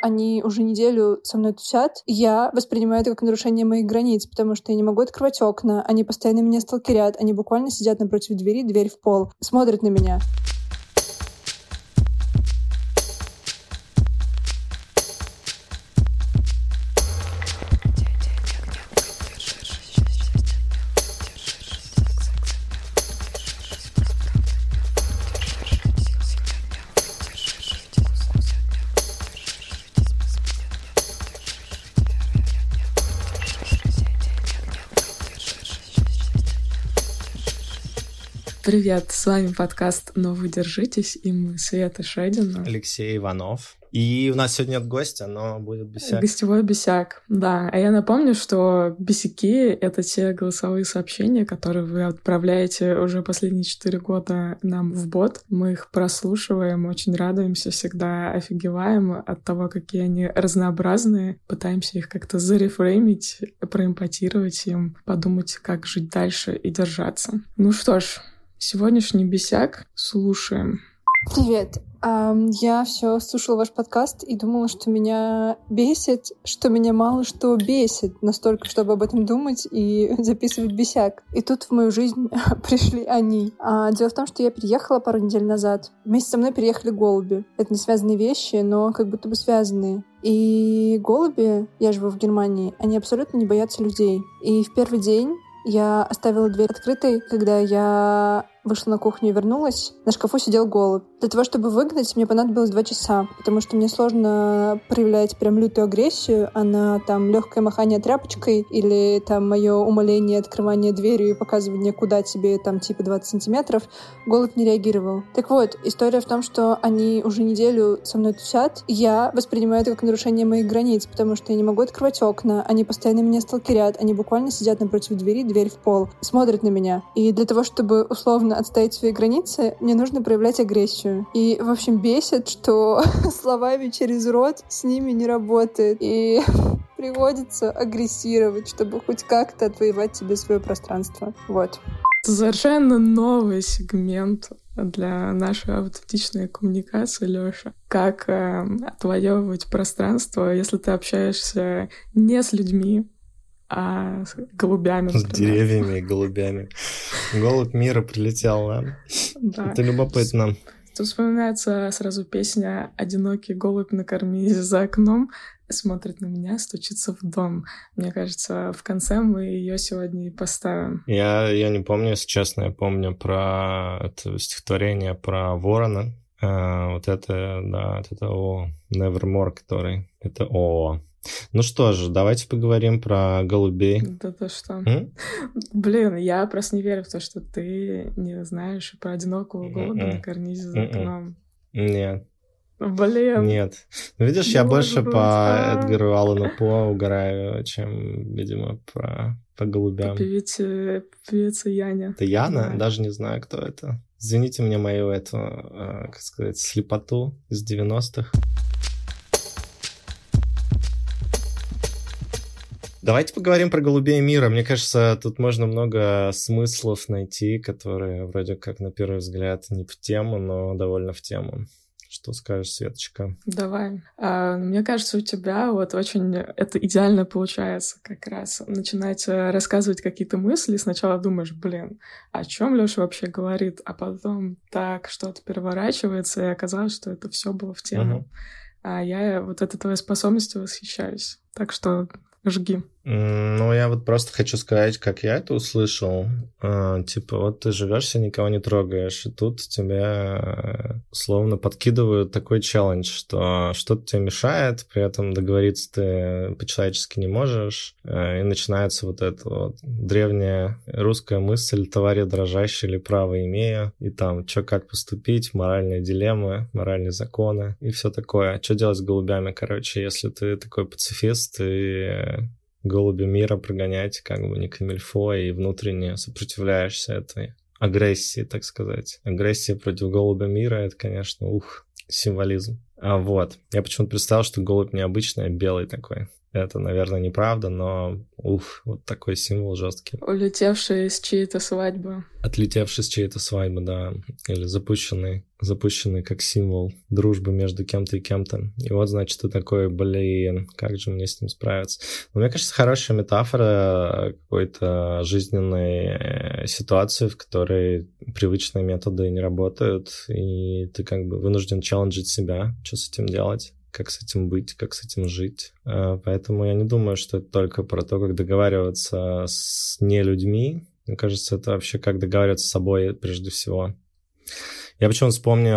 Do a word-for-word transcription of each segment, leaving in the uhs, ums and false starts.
они уже неделю со мной тусят, я воспринимаю это как нарушение моих границ, потому что я не могу открывать окна, они постоянно меня сталкерят, они буквально сидят напротив двери, дверь в пол, смотрят на меня. Привет, с вами подкаст «Но вы держитесь», и мы Света Шедина. Алексей Иванов. И у нас сегодня нет гостя, но будет бесяк. Гостевой бесяк, да. А я напомню, что бесяки — это те голосовые сообщения, которые вы отправляете уже последние четыре года нам в бот. Мы их прослушиваем, очень радуемся, всегда офигеваем от того, какие они разнообразные. Пытаемся их как-то зарефреймить, проэмпатировать им, подумать, как жить дальше и держаться. Ну что ж, сегодняшний бесяк слушаем. Привет. Я все слушала ваш подкаст и думала, что меня бесит, что меня мало что бесит, настолько, чтобы об этом думать и записывать бесяк. И тут в мою жизнь пришли они. Дело в том, что я переехала пару недель назад. Вместе со мной переехали голуби. Это не связанные вещи, но как будто бы связанные. И голуби, я живу в Германии, они абсолютно не боятся людей. И в первый день я оставила дверь открытой, когда я вышла на кухню и вернулась. На шкафу сидел голубь. Для того, чтобы выгнать, мне понадобилось два часа, потому что мне сложно проявлять прям лютую агрессию, а на там легкое махание тряпочкой или там мое умоление, открывание дверью и показывание, куда тебе там типа двадцать сантиметров, голубь не реагировал. Так вот, история в том, что они уже неделю со мной тусят, и я воспринимаю это как нарушение моих границ, потому что я не могу открывать окна, они постоянно меня сталкерят, они буквально сидят напротив двери, дверь в пол, смотрят на меня. И для того, чтобы условно отстоять свои границы, мне нужно проявлять агрессию. И, в общем, бесит, что словами через рот с ними не работает. И приходится агрессировать, чтобы хоть как-то отвоевать себе свое пространство. Вот. Совершенно новый сегмент для нашей аутентичной коммуникации, Лёша. Как э, отвоевывать пространство, если ты общаешься не с людьми, а с голубями. С деревьями и голубями. Голубь мира прилетел, да? Да. Это любопытно. Тут вспоминается сразу песня «Одинокий голубь на карнизе за окном смотрит на меня, стучится в дом». Мне кажется, в конце мы ее сегодня и поставим. Я, я не помню, если честно, я помню про это стихотворение про ворона. А, вот это, да, вот это о Nevermore, который... Это о Ну что же, давайте поговорим про голубей. Да то что? М? Блин, я просто не верю в то, что ты не знаешь про одинокого голубя Mm-mm. на карнизе за окном. Нет. Блин. Нет. Ну, видишь, я Может больше быть, по а? Эдгару Аллану По угораю, чем, видимо, про, по голубям. По певице, певице Яне. Это Яна? Да. Даже не знаю, кто это. Извините мне мою эту, э, как сказать, слепоту из девяностых. Давайте поговорим про голубей мира. Мне кажется, тут можно много смыслов найти, которые вроде как на первый взгляд не в тему, но довольно в тему. Что скажешь, Светочка? Давай. А, мне кажется, у тебя вот очень это идеально получается как раз. Начинать рассказывать какие-то мысли, сначала думаешь, блин, о чем Лёша вообще говорит, а потом так что-то переворачивается, и оказалось, что это все было в тему. Uh-huh. А я вот этой твоей способностью восхищаюсь. Так что жги. Ну, я вот просто хочу сказать, как я это услышал. А, типа, вот ты живешь, никого не трогаешь, и тут тебе словно подкидывают такой челлендж, что что-то тебе мешает, при этом договориться ты по-человечески не можешь, и начинается вот эта вот древняя русская мысль «товаре дрожащий или право имея», и там, что как поступить, моральные дилеммы, моральные законы и все такое. Что делать с голубями, короче, если ты такой пацифист и голуби мира прогонять как бы не камильфо и внутренне сопротивляешься этой агрессии, так сказать. Агрессия против голубя мира — это, конечно, ух, символизм. А вот, я почему-то представил, что голубь необычный, а белый такой. Это, наверное, неправда, но уф, вот такой символ жесткий. Улетевший с чьей-то свадьбы. Отлетевший с чьей-то свадьбы, да. Или запущенный, запущенный как символ дружбы между кем-то и кем-то. И вот, значит, ты такой, блин, как же мне с ним справиться? Но мне кажется, хорошая метафора какой-то жизненной ситуации, в которой привычные методы не работают, и ты как бы вынужден челленджить себя, что с этим делать, как с этим быть, как с этим жить. Поэтому я не думаю, что это только про то, как договариваться с нелюдьми. Мне кажется, это вообще как договариваться с собой прежде всего. Я почему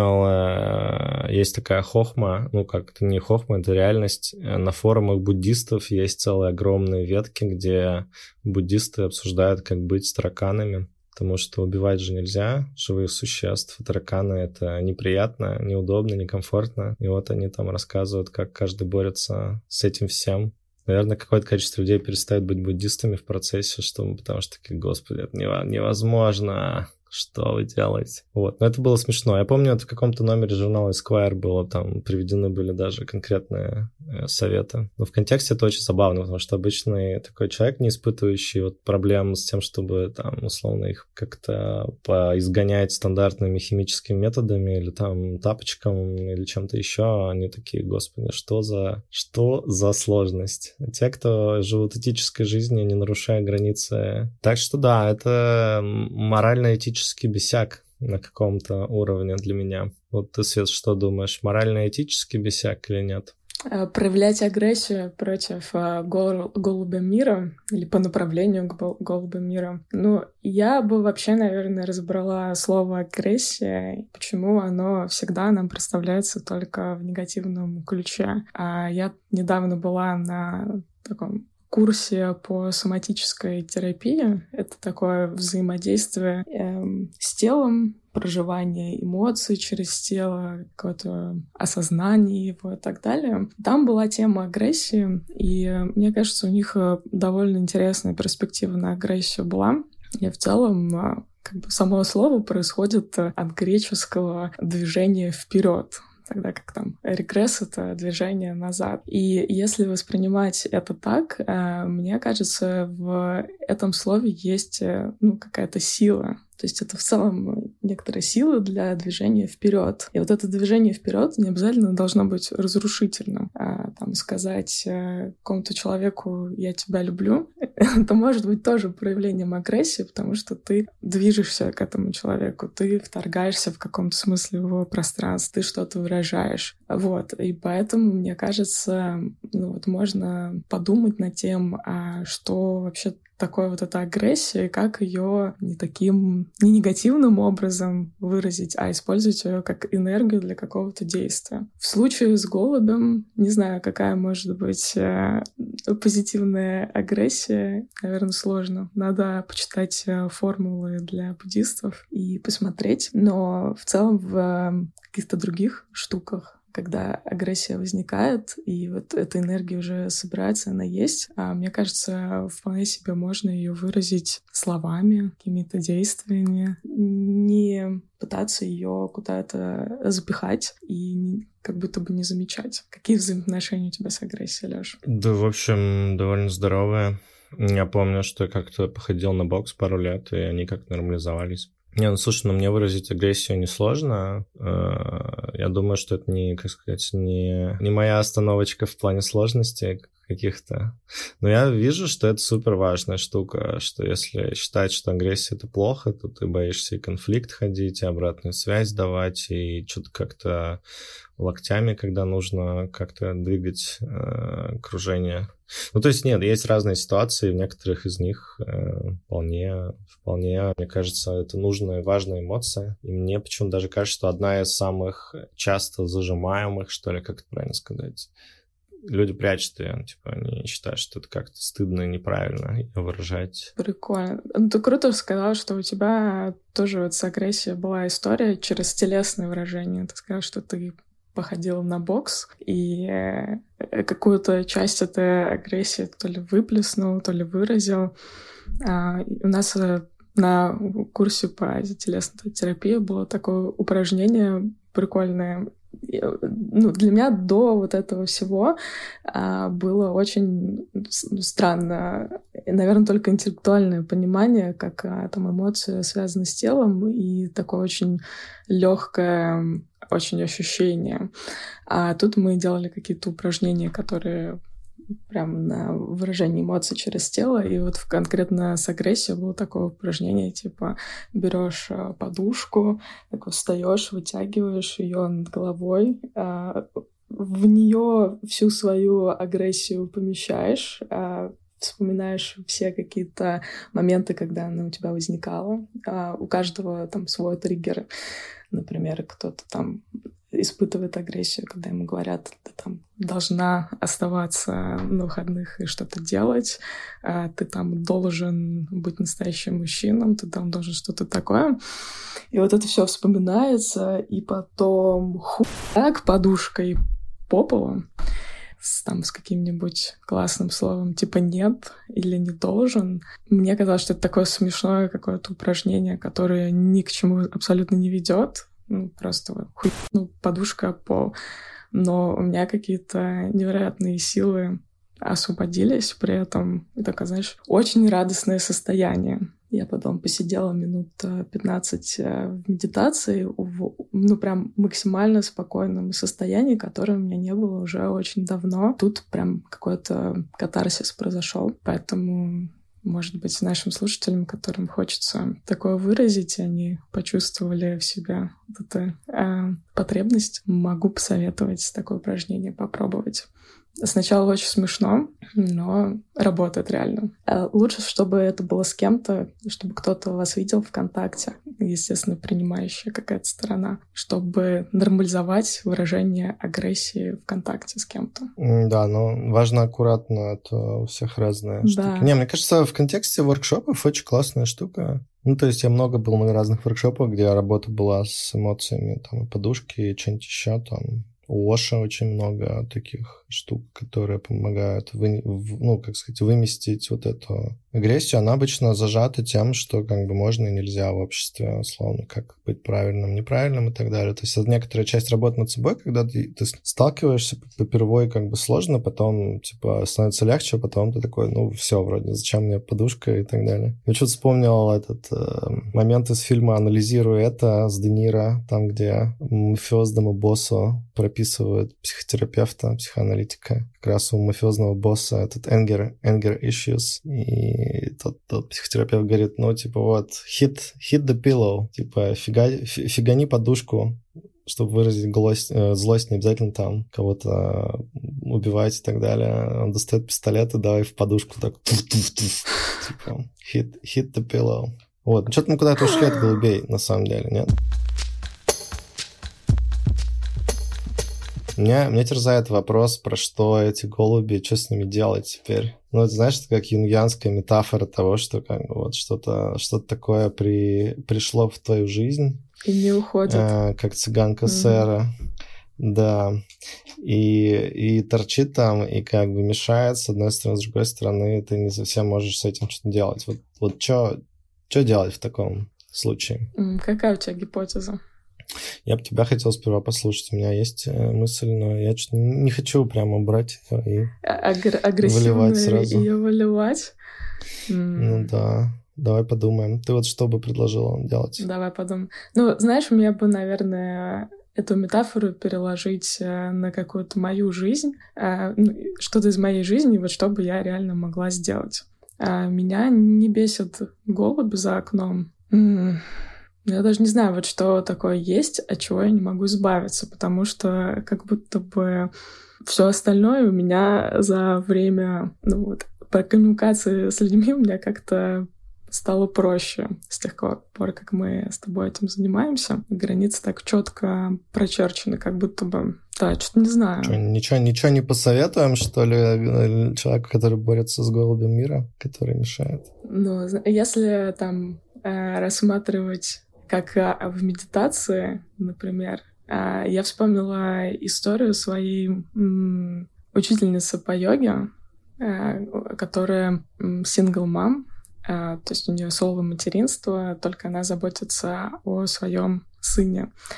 вспомнил, есть такая хохма, ну как, это не хохма, это реальность. На форумах буддистов есть целые огромные ветки, где буддисты обсуждают, как быть с тараканами. Потому что убивать же нельзя живых существ. Тараканы — это неприятно, неудобно, некомфортно. И вот они там рассказывают, как каждый борется с этим всем. Наверное, какое-то количество людей перестают быть буддистами в процессе, что, потому что, господи, это невозможно. Что вы делаете? Вот. Но это было смешно. Я помню, это в каком-то номере журнала Esquire было, там приведены были даже конкретные э, советы. Но в контексте это очень забавно, потому что обычный такой человек, не испытывающий вот проблем с тем, чтобы там условно их как-то поизгонять стандартными химическими методами или там тапочком или чем-то еще, они такие, господи, что за, что за сложность? Те, кто живут этической жизнью, не нарушая границы. Так что да, это морально-этический бесяк на каком-то уровне для меня. Вот ты, Свет, что думаешь, морально-этический бесяк или нет? Проявлять агрессию против гол- голубя мира или по направлению к голубю мира. Ну, я бы вообще, наверное, разобрала слово «агрессия», почему оно всегда нам представляется только в негативном ключе. А я недавно была на таком курсе по соматической терапии. Это такое взаимодействие эм, с телом, проживание эмоций через тело, какое-то осознание его и так далее. Там была тема агрессии, и мне кажется, у них довольно интересная перспектива на агрессию была. И в целом, как бы само слово происходит от греческого движения вперед, тогда как там регресс — это движение назад. И если воспринимать это так, мне кажется, в этом слове есть, ну, какая-то сила. То есть это в целом некоторая сила для движения вперед. И вот это движение вперед не обязательно должно быть разрушительным. А, там, сказать какому-то человеку «я тебя люблю» — это может быть тоже проявлением агрессии, потому что ты движешься к этому человеку, ты вторгаешься в каком-то смысле в его пространство, ты что-то выражаешь. Вот. И поэтому, мне кажется, ну, вот можно подумать над тем, а что вообще такое вот эта агрессия, и как ее не таким, не негативным образом выразить, а использовать ее как энергию для какого-то действия. В случае с голубем, не знаю, какая может быть э, позитивная агрессия, наверное, сложно. Надо почитать э, формулы для буддистов и посмотреть, но в целом в э, каких-то других штуках, когда агрессия возникает, и вот эта энергия уже собирается, она есть. А мне кажется, вполне себе можно ее выразить словами, какими-то действиями, не пытаться ее куда-то запихать и как будто бы не замечать. Какие взаимоотношения у тебя с агрессией, Лёш? Да, в общем, довольно здоровые. Я помню, что я как-то походил на бокс пару лет, и они как-то нормализовались. Не, ну слушай, ну мне выразить агрессию несложно. Я думаю, что это не, как сказать, не, не моя остановочка в плане сложности каких-то. Но я вижу, что это супер важная штука, что если считать, что агрессия — это плохо, то ты боишься и конфликт ходить, и обратную связь давать, и что-то как-то локтями, когда нужно как-то двигать э, окружение. Ну, то есть, нет, есть разные ситуации, в некоторых из них э, вполне, вполне, мне кажется, это нужная, важная эмоция. И мне почему-то даже кажется, что одна из самых часто зажимаемых, что ли, как это правильно сказать, люди прячут ее, типа, они считают, что это как-то стыдно и неправильно ее выражать. Прикольно. Ну, ты круто сказала, что у тебя тоже вот с агрессией была история через телесное выражение. Ты сказала, что ты походила на бокс, и какую-то часть этой агрессии то ли выплеснул, то ли выразил. А у нас на курсе по телесной терапии было такое упражнение прикольное. ну, для меня до вот этого всего было очень странно. Наверное, только интеллектуальное понимание, как там эмоции связаны с телом, и такое очень легкое очень ощущение. А тут мы делали какие-то упражнения, которые прям на выражение эмоций через тело. И вот конкретно с агрессией было такое упражнение, типа берешь подушку, такой встаешь, вытягиваешь ее над головой, в нее всю свою агрессию помещаешь, вспоминаешь все какие-то моменты, когда она у тебя возникала. У каждого там свой триггер. Например, кто-то там испытывает агрессию, когда ему говорят, ты там должна оставаться на выходных и что-то делать, ты там должен быть настоящим мужчиной, ты там должен что-то такое. И вот это все вспоминается, и потом хуяк подушкой по полу с, там, с каким-нибудь классным словом типа «нет» или «не должен». Мне казалось, что это такое смешное какое-то упражнение, которое ни к чему абсолютно не ведет. Ну, просто вот хуй, ну, подушка об пол. Но у меня какие-то невероятные силы освободились при этом. И такое, знаешь, очень радостное состояние. Я потом посидела минут пятнадцать в медитации, в, ну, прям максимально спокойном состоянии, которое у меня не было уже очень давно. Тут прям какой-то катарсис произошел, поэтому... Может быть, нашим слушателям, которым хочется такое выразить, они почувствовали в себе вот эту э, потребность, могу посоветовать такое упражнение попробовать. Сначала очень смешно, но работает реально. Лучше, чтобы это было с кем-то, чтобы кто-то вас видел ВКонтакте, естественно, принимающая какая-то сторона, чтобы нормализовать выражение агрессии ВКонтакте с кем-то. Да, но важно аккуратно, а то у всех разные да. штуки. Не, мне кажется, в контексте воркшопов очень классная штука. Ну, то есть я много был на разных воркшопах, где работа была с эмоциями, там, подушки и что-нибудь еще, там, у Оша очень много таких штук, которые помогают, вы, ну, как сказать, выместить вот эту агрессию. Она обычно зажата тем, что как бы можно и нельзя в обществе, условно, как быть правильным, неправильным и так далее. То есть это некоторая часть работы над собой, когда ты, ты сталкиваешься попервой как бы сложно, потом типа становится легче, потом ты такой, ну все, вроде, зачем мне подушка и так далее. Я что-то вспомнил этот э, момент из фильма «Анализируя это» с Де Ниро, там, где мафиозному боссу прописывают психотерапевта, психоаналитика. Как раз у мафиозного босса этот anger, anger issues. И тот, тот психотерапевт говорит, ну, типа, вот, hit, hit the pillow. Типа, фига, фигани подушку, чтобы выразить злость, злость, не обязательно там кого-то убивать и так далее. Он достает пистолет и давай в подушку так. Типа, hit, hit the pillow. Вот. Ну, что-то мы куда-то ушли от голубей, на самом деле, нет? Меня, меня терзает вопрос, про что эти голуби, что с ними делать теперь. Ну, это, знаешь, это как юнгианская метафора того, что как бы вот что-то, что-то такое при, пришло в твою жизнь. И не уходит. Э, как цыганка Сэра. Mm-hmm. Да. И, и торчит там, и как бы мешает, с одной стороны, с другой стороны, ты не совсем можешь с этим что-то делать. Вот, вот что делать в таком случае? Mm, какая у тебя гипотеза? Я бы тебя хотел сперва послушать. У меня есть мысль, но я что-то не хочу прямо брать ее и Агр- выливать сразу. Ее выливать? Ну да. Давай подумаем. Ты вот что бы предложила делать? Давай подумаем. Ну, знаешь, мне бы, наверное, эту метафору переложить на какую-то мою жизнь, что-то из моей жизни, вот что бы я реально могла сделать. Меня не бесит голуби за окном. Я даже не знаю, вот что такое есть, от чего я не могу избавиться, потому что как будто бы все остальное у меня за время, ну вот, по коммуникации с людьми у меня как-то стало проще с тех пор, как мы с тобой этим занимаемся. Границы так четко прочерчены, как будто бы... Да, что-то не знаю. Что, ничего, ничего не посоветуем, что ли, человеку, который борется с голубем мира, который мешает? Ну, если там рассматривать как в медитации, например, я вспомнила историю своей учительницы по йоге, которая сингл-мам, то есть у нее соло материнство, только она заботится о своем сыне.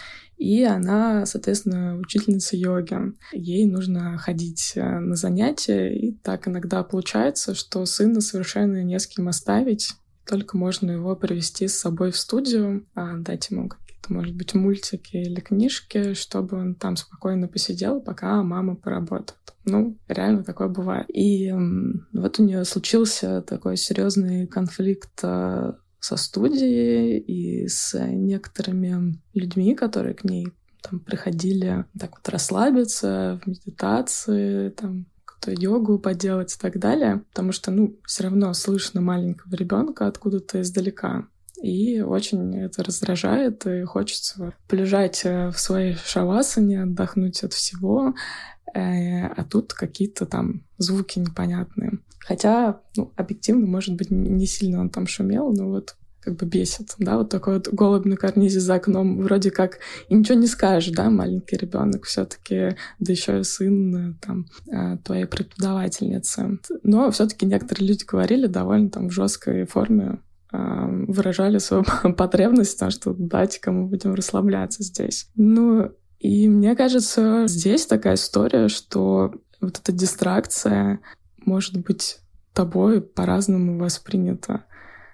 И она, соответственно, учительница йоги. Ей нужно ходить на занятия, и так иногда получается, что сына совершенно не с кем оставить, только можно его привести с собой в студию, дать ему какие-то, может быть, мультики или книжки, чтобы он там спокойно посидел, пока мама поработает. Ну, реально такое бывает. И вот у нее случился такой серьезный конфликт со студией и с некоторыми людьми, которые к ней там приходили так вот расслабиться в медитации, там какую-то йогу поделать и так далее, потому что, ну, все равно слышно маленького ребенка откуда-то издалека. И очень это раздражает, и хочется полежать в своей шавасане, отдохнуть от всего, а тут какие-то там звуки непонятные. Хотя, ну, объективно, может быть, не сильно он там шумел, но вот как бы бесит, да, вот такой вот голубь на карнизе за окном, вроде как и ничего не скажешь, да, маленький ребенок все-таки, да еще и сын там твоей преподавательницы. Но все-таки некоторые люди говорили довольно там в жесткой форме, выражали свою потребность, потому что дайте-ка мы будем расслабляться здесь. Ну, и мне кажется, здесь такая история, что вот эта дистракция может быть тобой по-разному воспринята.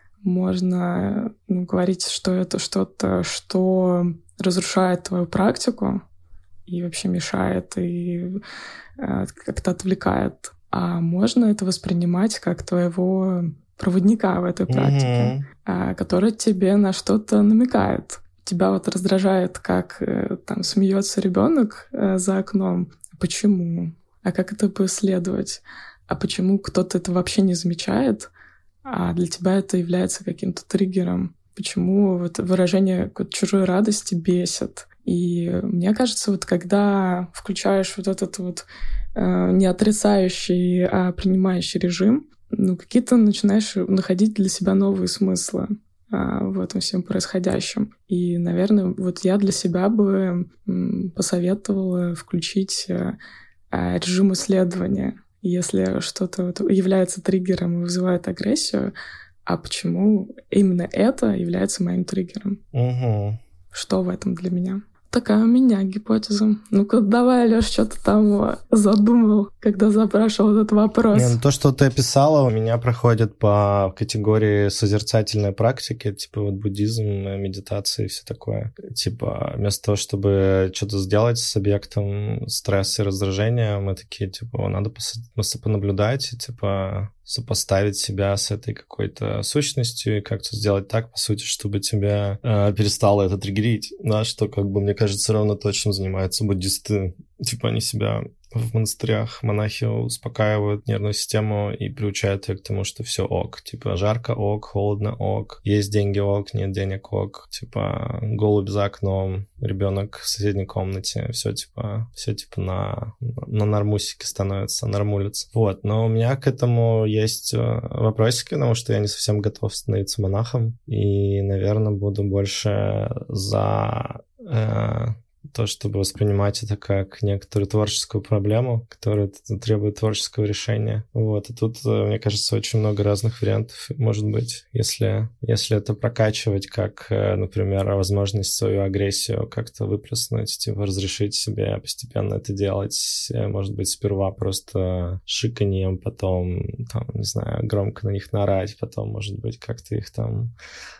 Можно, ну, говорить, что это что-то, что разрушает твою практику и вообще мешает, и э, как-то отвлекает. А можно это воспринимать как твоего проводника в этой практике, mm-hmm. э, который тебе на что-то намекает. Тебя вот раздражает, как э, там смеется ребенок э, за окном. Почему? А как это поисследовать? А почему кто-то это вообще не замечает, а для тебя это является каким-то триггером? Почему вот выражение чужой радости бесит? И мне кажется, вот когда включаешь вот этот вот э, не отрицающий, а принимающий режим, ну, какие-то начинаешь находить для себя новые смыслы э, в этом всем происходящем. И, наверное, вот я для себя бы м, посоветовала включить э, режим исследования. Если что-то вот является триггером и вызывает агрессию, а почему именно это является моим триггером? Угу. Что в этом для меня? Такая у меня гипотеза. Ну-ка, давай, Лёш, что ты там задумал, когда запрашивал этот вопрос? Не, ну то, что ты описала, у меня проходит по категории созерцательной практики, типа вот буддизм, медитация и все такое. Типа вместо того, чтобы что-то сделать с объектом стресса и раздражения, мы такие, типа, надо пос- понаблюдать и, типа, сопоставить себя с этой какой-то сущностью и как-то сделать так, по сути, чтобы тебя э, перестало это триггерить, да, что, как бы, мне кажется, ровно то, чем занимаются буддисты. Типа они себя в монастырях, монахи успокаивают нервную систему и приучают ее к тому, что все ок. Типа жарко ок, холодно ок, есть деньги ок, нет денег ок. Типа голубь за окном, ребенок в соседней комнате. Все типа, все типа на, на нормусике становится, нормулится. Вот, но у меня к этому есть вопросики, потому что я не совсем готов становиться монахом. И, наверное, буду больше за... Э, то, чтобы воспринимать это как некоторую творческую проблему, которая требует творческого решения. Вот. И тут, мне кажется, очень много разных вариантов может быть, если, если это прокачивать как, например, возможность свою агрессию как-то выплеснуть, типа разрешить себе постепенно это делать, может быть, сперва просто шиканьем, потом, там, не знаю, громко на них наорать, потом, может быть, как-то их там...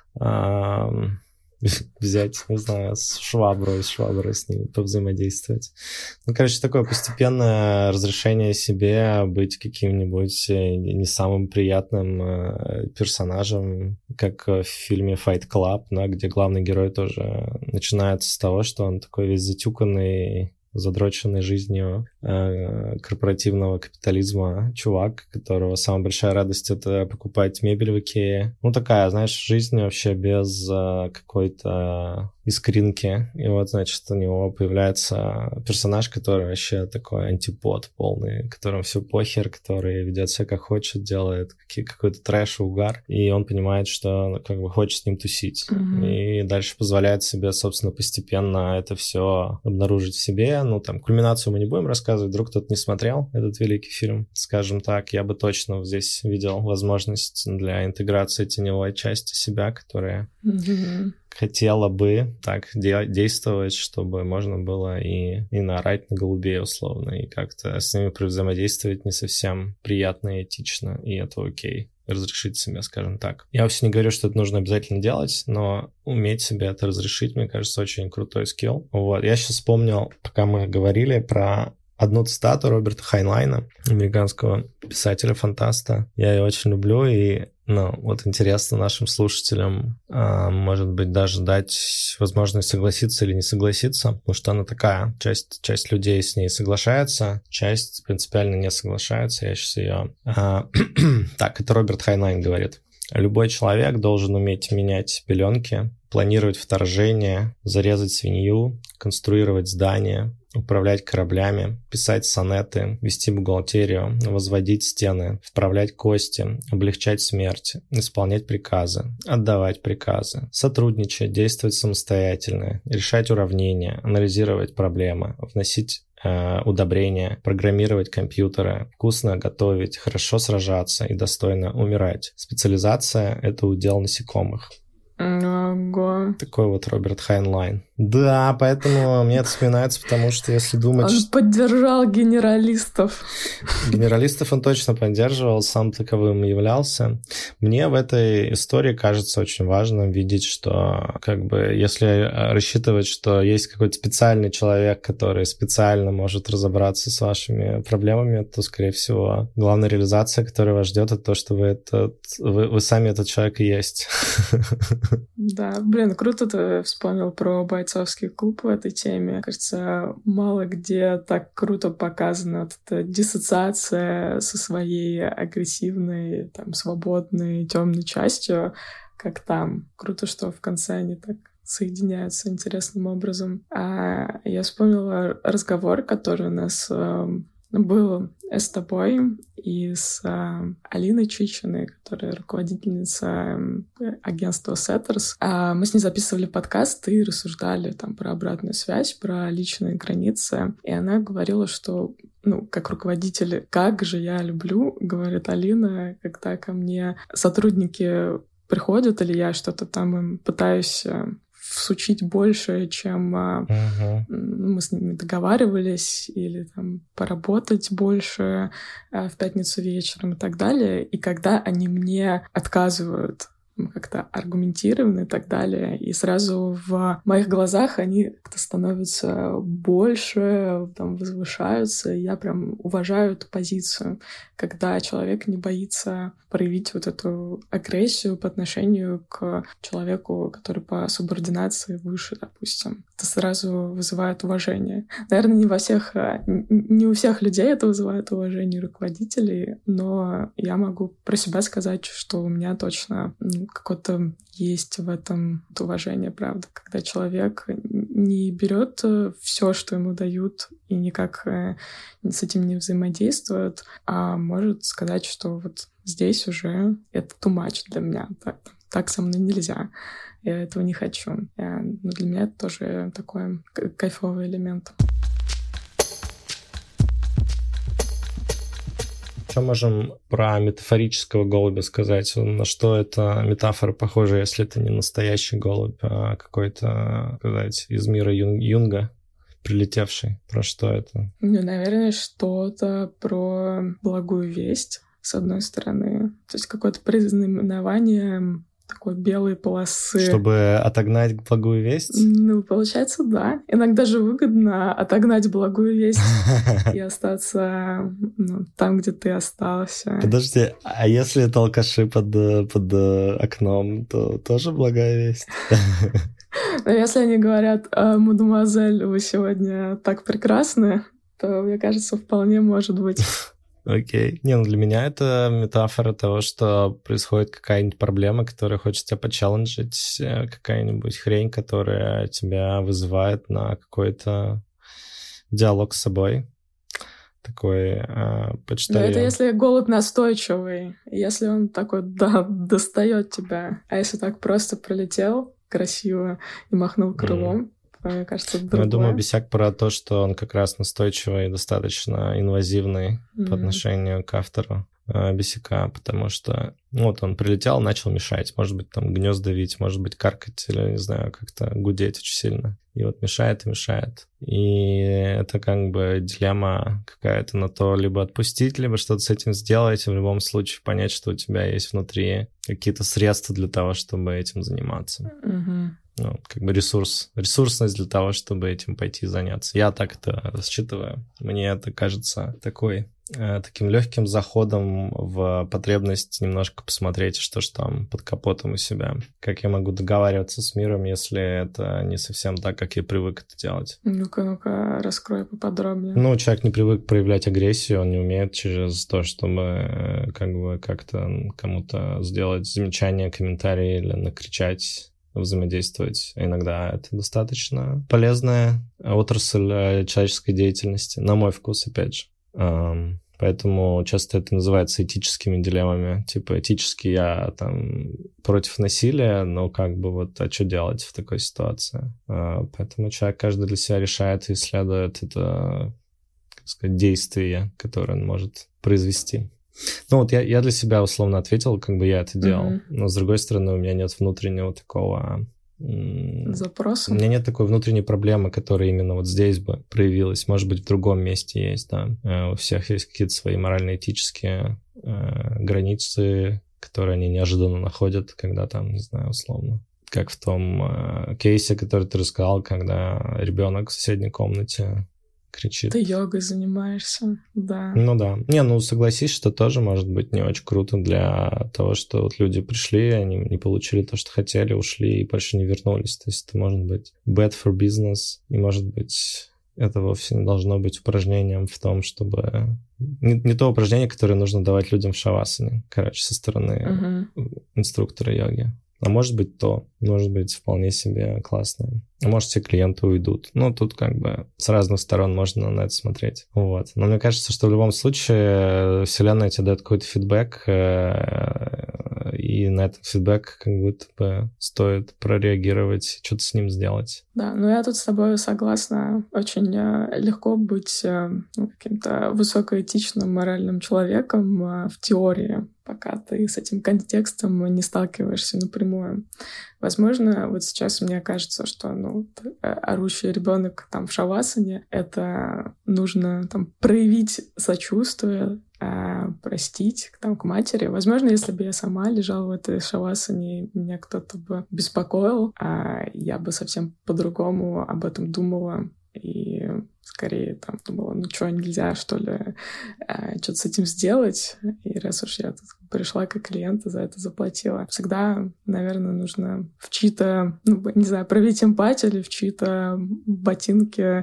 Эм... взять, не знаю, с шваброй, с шваброй с ними повзаимодействовать. Ну, короче, такое постепенное разрешение себе быть каким-нибудь не самым приятным персонажем, как в фильме Fight Club, да, где главный герой тоже начинается с того, что он такой весь затюканный, задроченный жизнью э, корпоративного капитализма чувак, у которого самая большая радость — это покупать мебель в Икее. Ну, такая, знаешь, жизнь вообще без э, какой-то искринки. И вот, значит, у него появляется персонаж, который вообще такой антипод полный, которому все похер, который ведет себя как хочет, делает какие- какой-то трэш и угар, и он понимает, что как бы хочет с ним тусить. Mm-hmm. И дальше позволяет себе, собственно, постепенно это все обнаружить в себе. Ну, там, кульминацию мы не будем рассказывать, вдруг кто-то не смотрел этот великий фильм, скажем так. Я бы точно здесь видел возможность для интеграции теневой части себя, которая... Mm-hmm. хотела бы так де- действовать, чтобы можно было и, и наорать на голубей условно, и как-то с ними взаимодействовать не совсем приятно и этично, и это окей. Разрешить себе, скажем так. Я вообще не говорю, что это нужно обязательно делать, но уметь себе это разрешить, мне кажется, очень крутой скилл. Вот. Я сейчас вспомнил, пока мы говорили про одну цитату Роберта Хайнлайна, американского писателя-фантаста. Я ее очень люблю, и ну, вот интересно нашим слушателям, а, может быть, даже дать возможность согласиться или не согласиться, потому что она такая. Часть, часть людей с ней соглашается, часть принципиально не соглашается. Я сейчас ее... А, так, это Роберт Хайнлайн говорит. Любой человек должен уметь менять пеленки, планировать вторжение, зарезать свинью, конструировать здания, управлять кораблями, писать сонеты, вести бухгалтерию, возводить стены, вправлять кости, облегчать смерть, исполнять приказы, отдавать приказы, сотрудничать, действовать самостоятельно, решать уравнения, анализировать проблемы, вносить э, удобрения, программировать компьютеры, вкусно готовить, хорошо сражаться и достойно умирать. Специализация — это удел насекомых. Ого. Такой вот Роберт Хайнлайн. Да, поэтому мне это вспоминается, потому что если думать... Он что... поддержал генералистов. Генералистов он точно поддерживал, сам таковым являлся. Мне в этой истории кажется очень важным видеть, что как бы если рассчитывать, что есть какой-то специальный человек, который специально может разобраться с вашими проблемами, то, скорее всего, главная реализация, которая вас ждет, это то, что вы, этот, вы, вы сами этот человек и есть. Да, блин, круто ты вспомнил про бойцовский клуб в этой теме. Кажется, мало где так круто показана вот эта диссоциация со своей агрессивной, там, свободной, темной частью, как там. Круто, что в конце они так соединяются интересным образом. А я вспомнила разговор, который у нас был с тобой и с а, Алиной Чичиной, которая руководительница агентства Setters. А мы с ней записывали подкаст и рассуждали там про обратную связь, про личные границы. И она говорила, что, ну, как руководитель, как же я люблю, говорит Алина, когда ко мне сотрудники приходят, или я что-то там им пытаюсь всучить больше, чем uh-huh. мы с ними договаривались, или там поработать больше в пятницу вечером и так далее. И когда они мне отказывают как-то аргументированно и так далее, и сразу в моих глазах они как-то становятся больше, там, возвышаются, и я прям уважаю эту позицию, когда человек не боится проявить вот эту агрессию по отношению к человеку, который по субординации выше, допустим. Это сразу вызывает уважение. Наверное, не во всех, не у всех людей это вызывает уважение руководителей, но я могу про себя сказать, что у меня точно какое-то есть в этом уважение, правда, когда человек не берет все, что ему дают, и никак с этим не взаимодействует, а может сказать, что вот здесь уже это too much для меня, так, так со мной нельзя, я этого не хочу. Но для меня это тоже такой кайфовый элемент. Что можем про метафорического голубя сказать? На что эта метафора похожа, если это не настоящий голубь, а какой-то, сказать, из мира Юн- Юнга прилетевший? Про что это? Ну, наверное, что-то про благую весть, с одной стороны. То есть какое-то предзнаменование такой белой полосы. Чтобы отогнать благую весть? Ну, получается, да. Иногда же выгодно отогнать благую весть и остаться ну, там, где ты остался. Подожди, а если это алкаши под, под окном, то тоже благая весть? Но если они говорят: «Мадемуазель, вы сегодня так прекрасны», то, мне кажется, вполне может быть. Окей. Okay. Не, ну для меня это метафора того, что происходит какая-нибудь проблема, которая хочет тебя почелленджить, какая-нибудь хрень, которая тебя вызывает на какой-то диалог с собой. Такой э, почтальон. Да, это если голубь настойчивый, если он такой, да, достает тебя. А если так просто пролетел красиво и махнул крылом, mm. мне кажется, другое. Я думаю, Бесяк про то, что он как раз настойчивый и достаточно инвазивный mm-hmm. по отношению к автору. э, бесяка, потому что ну, вот он прилетел, начал мешать. Может быть, там гнезда вить, может быть, каркать или, не знаю, как-то гудеть очень сильно. И вот мешает и мешает. И это как бы дилемма какая-то на то, либо отпустить, либо что-то с этим сделать, и в любом случае понять, что у тебя есть внутри какие-то средства для того, чтобы этим заниматься. Mm-hmm. Ну, как бы ресурс, ресурсность для того, чтобы этим пойти заняться. Я так это рассчитываю. Мне это кажется такой, э, таким легким заходом в потребность немножко посмотреть, что ж там под капотом у себя. Как я могу договариваться с миром, если это не совсем так, как я привык это делать. Ну-ка, ну-ка, раскрой поподробнее. Ну, человек не привык проявлять агрессию, он не умеет через то, чтобы как бы как-то кому-то сделать замечание, комментарий или накричать, взаимодействовать. Иногда это достаточно полезная отрасль человеческой деятельности, на мой вкус, опять же. Поэтому часто это называется этическими дилеммами. Типа этически я там против насилия, но как бы вот, а что делать в такой ситуации? Поэтому человек каждый для себя решает и исследует это, как сказать, действие, которое он может произвести. Ну вот я, я для себя условно ответил, как бы я это делал, mm-hmm. но с другой стороны у меня нет внутреннего такого... Запроса? У меня нет такой внутренней проблемы, которая именно вот здесь бы проявилась. Может быть, в другом месте есть, да. У всех есть какие-то свои морально-этические э, границы, которые они неожиданно находят, когда там, не знаю, условно. Как в том э, кейсе, который ты рассказал, когда ребенок в соседней комнате кричит. Ты йогой занимаешься, да. Ну да. Не, ну согласись, что тоже может быть не очень круто для того, что вот люди пришли, они не получили то, что хотели, ушли и больше не вернулись. То есть это может быть bad for business, и может быть это вовсе не должно быть упражнением в том, чтобы... Не, не то упражнение, которое нужно давать людям в шавасане, короче, со стороны uh-huh. инструктора йоги. А может быть то, может быть вполне себе классно. А может все клиенты уйдут. Ну, тут как бы с разных сторон можно на это смотреть. Вот. Но мне кажется, что в любом случае вселенная тебе дает какой-то фидбэк, и на этот фидбэк как будто бы стоит прореагировать, что-то с ним сделать. Да, ну я тут с тобой согласна. Очень легко быть ну, каким-то высокоэтичным, моральным человеком в теории, пока ты с этим контекстом не сталкиваешься напрямую. Возможно, вот сейчас мне кажется, что ну, орущий ребенок там в шавасане, это нужно там проявить сочувствие, а, простить там, к матери. Возможно, если бы я сама лежала в этой шавасане, меня кто-то бы беспокоил, а я бы совсем по-другому об этом думала. И скорее там думала, ну что, нельзя, что ли, что-то с этим сделать? И раз уж я тут пришла как клиент и за это заплатила. Всегда, наверное, нужно в чьи-то, ну, не знаю, проявить эмпатию или в чьи-то ботинки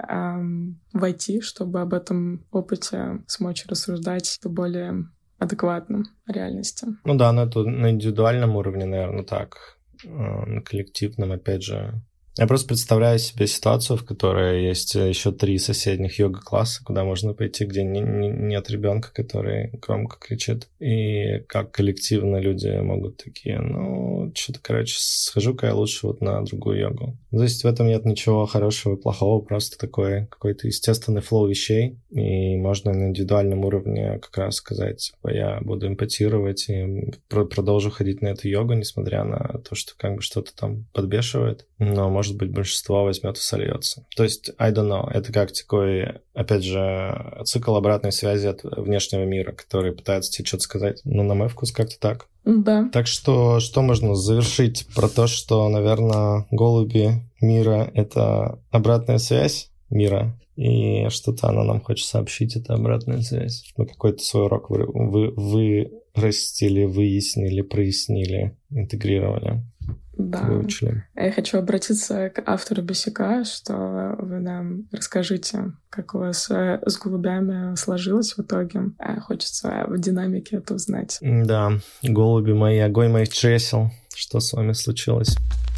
эм, войти, чтобы об этом опыте смочь рассуждать более адекватно реальности. Ну да, но это на индивидуальном уровне, наверное, так. На коллективном, опять же, я просто представляю себе ситуацию, в которой есть еще три соседних йога-класса, куда можно пойти, где не, не, нет ребенка, который громко кричит. И как коллективно люди могут такие, ну, что-то, короче, схожу-ка я лучше вот на другую йогу. То есть в этом нет ничего хорошего и плохого, просто такой какой-то естественный флоу вещей. И можно на индивидуальном уровне как раз сказать, типа, я буду эмпатировать и продолжу ходить на эту йогу, несмотря на то, что как бы что-то там подбешивает. Но, может быть, большинство возьмет и сольется. То есть, I don't know, это как такой, опять же, цикл обратной связи от внешнего мира, который пытается тебе что-то сказать. Ну, на мой вкус, как-то так. Да. Так что, что можно завершить про то, что, наверное, голуби мира — это обратная связь мира, и что-то она нам хочет сообщить, это обратная связь. Мы какой-то свой урок вы, вы, вырастили, выяснили, прояснили, интегрировали. Да. Выучили. Я хочу обратиться к автору бесяка, что вы нам расскажите, как у вас с голубями сложилось в итоге. Хочется в динамике это узнать. Да, голуби мои, огонь моих чресел. Что с вами случилось?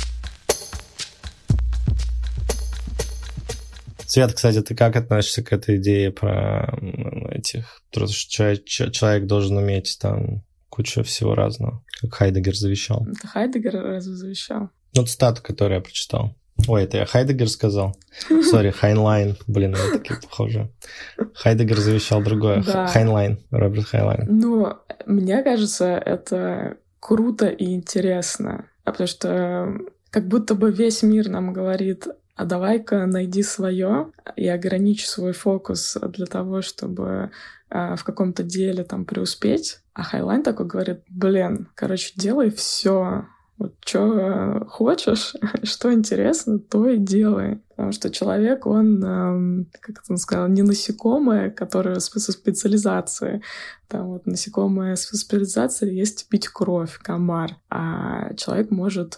Свет, кстати, ты как относишься к этой идее про этих... Что человек, человек должен уметь там куча всего разного, как Хайдеггер завещал. Это Хайдеггер разве завещал? Ну, цитату, которую я прочитал. Ой, это я Хайдеггер сказал? Сори, Хайнлайн. Блин, они такие похожи. Хайдеггер завещал другое. Да. Хайнлайн, Роберт Хайнлайн. Ну, мне кажется, это круто и интересно. Потому что как будто бы весь мир нам говорит: а давай-ка найди свое и ограничь свой фокус для того, чтобы э, в каком-то деле там преуспеть. А Хайнлайн такой говорит: блин, короче, делай все. Вот что хочешь, что интересно, то и делай. Потому что человек, он, эм, как это он сказал, не насекомое, которое со специализацией. Там вот насекомое со специализацией есть пить кровь, комар. А человек может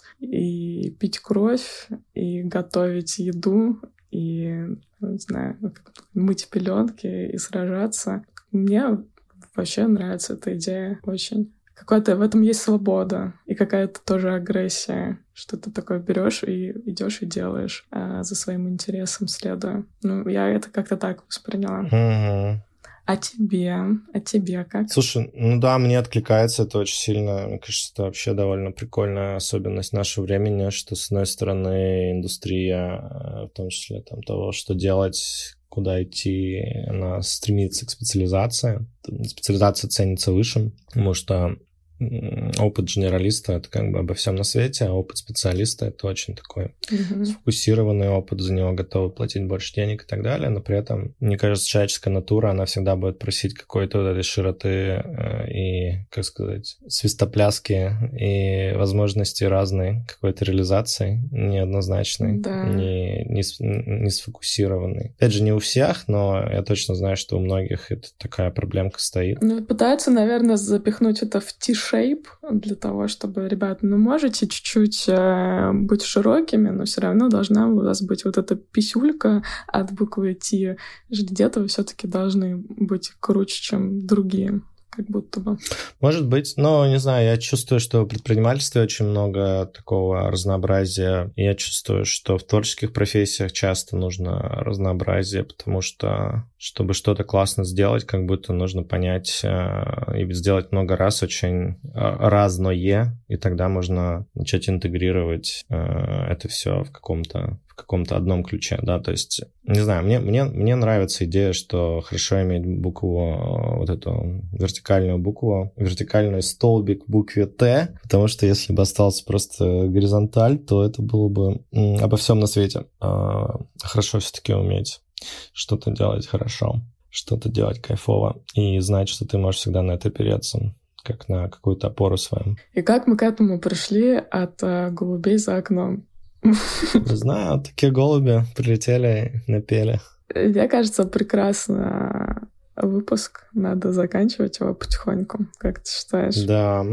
и пить кровь, и готовить еду, и, не знаю, мыть пеленки, и сражаться. Мне вообще нравится эта идея очень. Какая-то в этом есть свобода и какая-то тоже агрессия, что ты такое берешь и идешь и делаешь а, за своим интересом, следуя. Ну, я это как-то так восприняла. Угу. А тебе? А тебе как? Слушай, ну да, мне откликается это очень сильно. Мне кажется, это вообще довольно прикольная особенность нашего времени, что, с одной стороны, индустрия, в том числе там, того, что делать, куда идти, она стремится к специализации. Специализация ценится выше, потому что опыт генералиста — это как бы обо всем на свете, а опыт специалиста — это очень такой uh-huh. сфокусированный опыт, за него готовы платить больше денег и так далее, но при этом, мне кажется, человеческая натура, она всегда будет просить какой-то вот этой широты и, как сказать, свистопляски и возможности разной какой-то реализации, неоднозначной, да. не, не, не сфокусированной. Опять же, не у всех, но я точно знаю, что у многих это такая проблемка стоит. Ну, пытаются, наверное, запихнуть это в тишь shape для того, чтобы, ребят, ну, можете чуть-чуть э, быть широкими, но все равно должна у вас быть вот эта писюлька от буквы Т. Где-то вы все-таки должны быть круче, чем другие. Как будто бы. Может быть, но, не знаю, я чувствую, что в предпринимательстве очень много такого разнообразия. Я чувствую, что в творческих профессиях часто нужно разнообразие, потому что, чтобы что-то классно сделать, как будто нужно понять э, и сделать много раз очень разное, и тогда можно начать интегрировать э, это все в каком-то в каком-то одном ключе, да, то есть, не знаю, мне, мне, мне нравится идея, что хорошо иметь букву, вот эту вертикальную букву, вертикальный столбик в букве Т, потому что если бы остался просто горизонталь, то это было бы м, обо всем на свете. А, хорошо все-таки уметь что-то делать хорошо, что-то делать кайфово, и знать, что ты можешь всегда на это опереться, как на какую-то опору свою. И как мы к этому пришли от uh, голубей за окном? Не знаю, такие голуби прилетели, напели. Мне кажется, прекрасно выпуск. Надо заканчивать его потихоньку. Как ты считаешь? Да.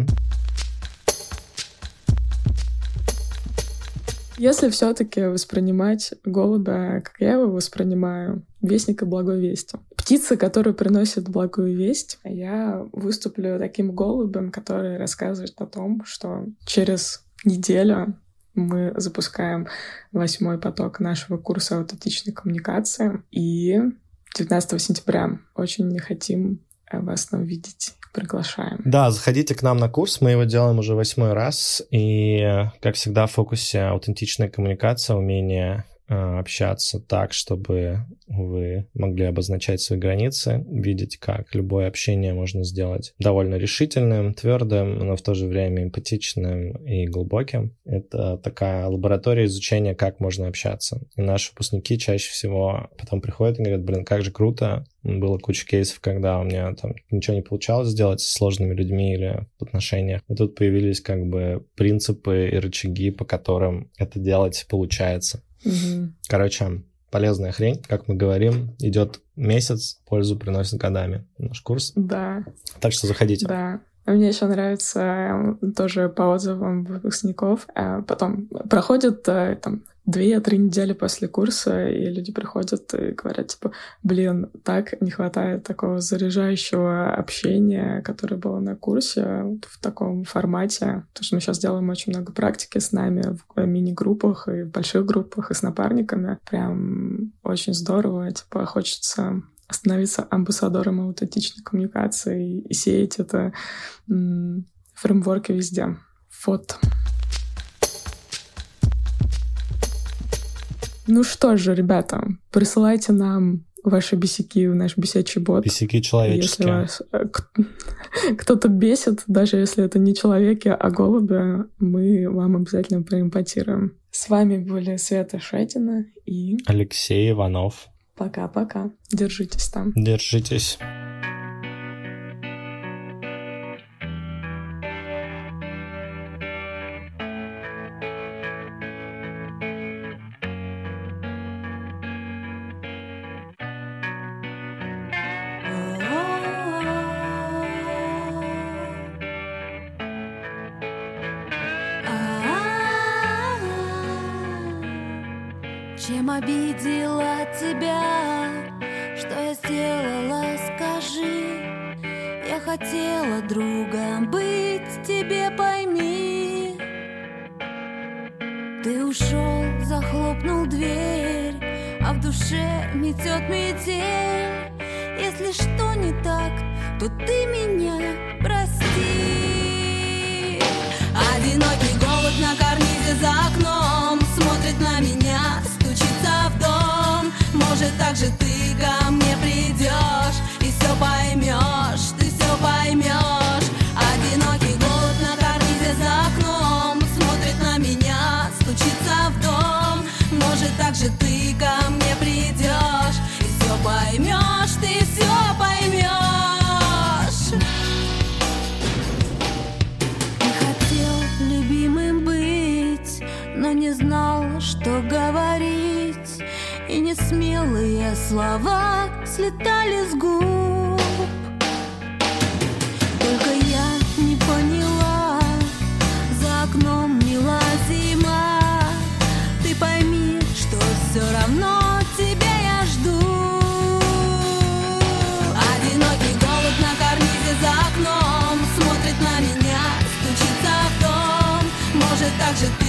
Если все-таки воспринимать голубя, как я его воспринимаю, вестника благой вести. Птица, которая приносит благую весть, я выступлю таким голубем, который рассказывает о том, что через неделю мы запускаем восьмой поток нашего курса аутентичной коммуникации. И девятнадцатого сентября очень хотим вас там видеть. Приглашаем. Да, заходите к нам на курс. Мы его делаем уже восьмой раз. И, как всегда, в фокусе аутентичная коммуникация, умение общаться так, чтобы вы могли обозначать свои границы, видеть, как любое общение можно сделать довольно решительным, твердым, но в то же время эмпатичным и глубоким. Это такая лаборатория изучения, как можно общаться. И наши выпускники чаще всего потом приходят и говорят: блин, как же круто. Было куча кейсов, когда у меня там ничего не получалось сделать с сложными людьми или в отношениях. И тут появились как бы принципы и рычаги, по которым это делать получается. Угу. Короче, полезная хрень, как мы говорим, идет месяц, пользу приносит годами наш курс. Да. Так что заходите. Да. Мне еще нравится тоже по отзывам выпускников. Потом проходит там две-три недели после курса, и люди приходят и говорят, типа, блин, так не хватает такого заряжающего общения, которое было на курсе в таком формате. Потому что мы сейчас делаем очень много практики с нами в мини-группах и в больших группах, и с напарниками. Прям очень здорово. Типа, хочется становиться амбассадором аутентичной коммуникации и сеять это м- фреймворки везде. Вот. Ну что же, ребята, присылайте нам ваши бесяки в наш бесячий бот. Бесяки человеческие. Если вас кто-то бесит, даже если это не человеки, а голуби, мы вам обязательно проэмпатируем. С вами были Света Шатина и Алексей Иванов. Пока-пока. Держитесь там. Держитесь. Чем обидела тебя? Что я сделала, скажи. Я хотела другом быть, тебе пойми. Ты ушел, захлопнул дверь, а в душе метет метель. Если что не так, то ты меня прости. Одинокий голубь на карнизе за окном смотрит на меня, стучится в дом. Может, так же ты ко мне придешь и все поймешь, ты все поймешь. Одинокий голубь на карнизе за окном смотрит на меня, стучится в дом. Может, так же ты ко мне придешь и все поймешь, ты все поймешь. Ты хотел любимым быть, но не знал, что говорить, и несмелые слова слетали с губ. Только я не поняла, за окном мила зима. Ты пойми, что все равно тебя я жду. Одинокий голубь на карнизе за окном смотрит на меня, стучится в дом. Может, так же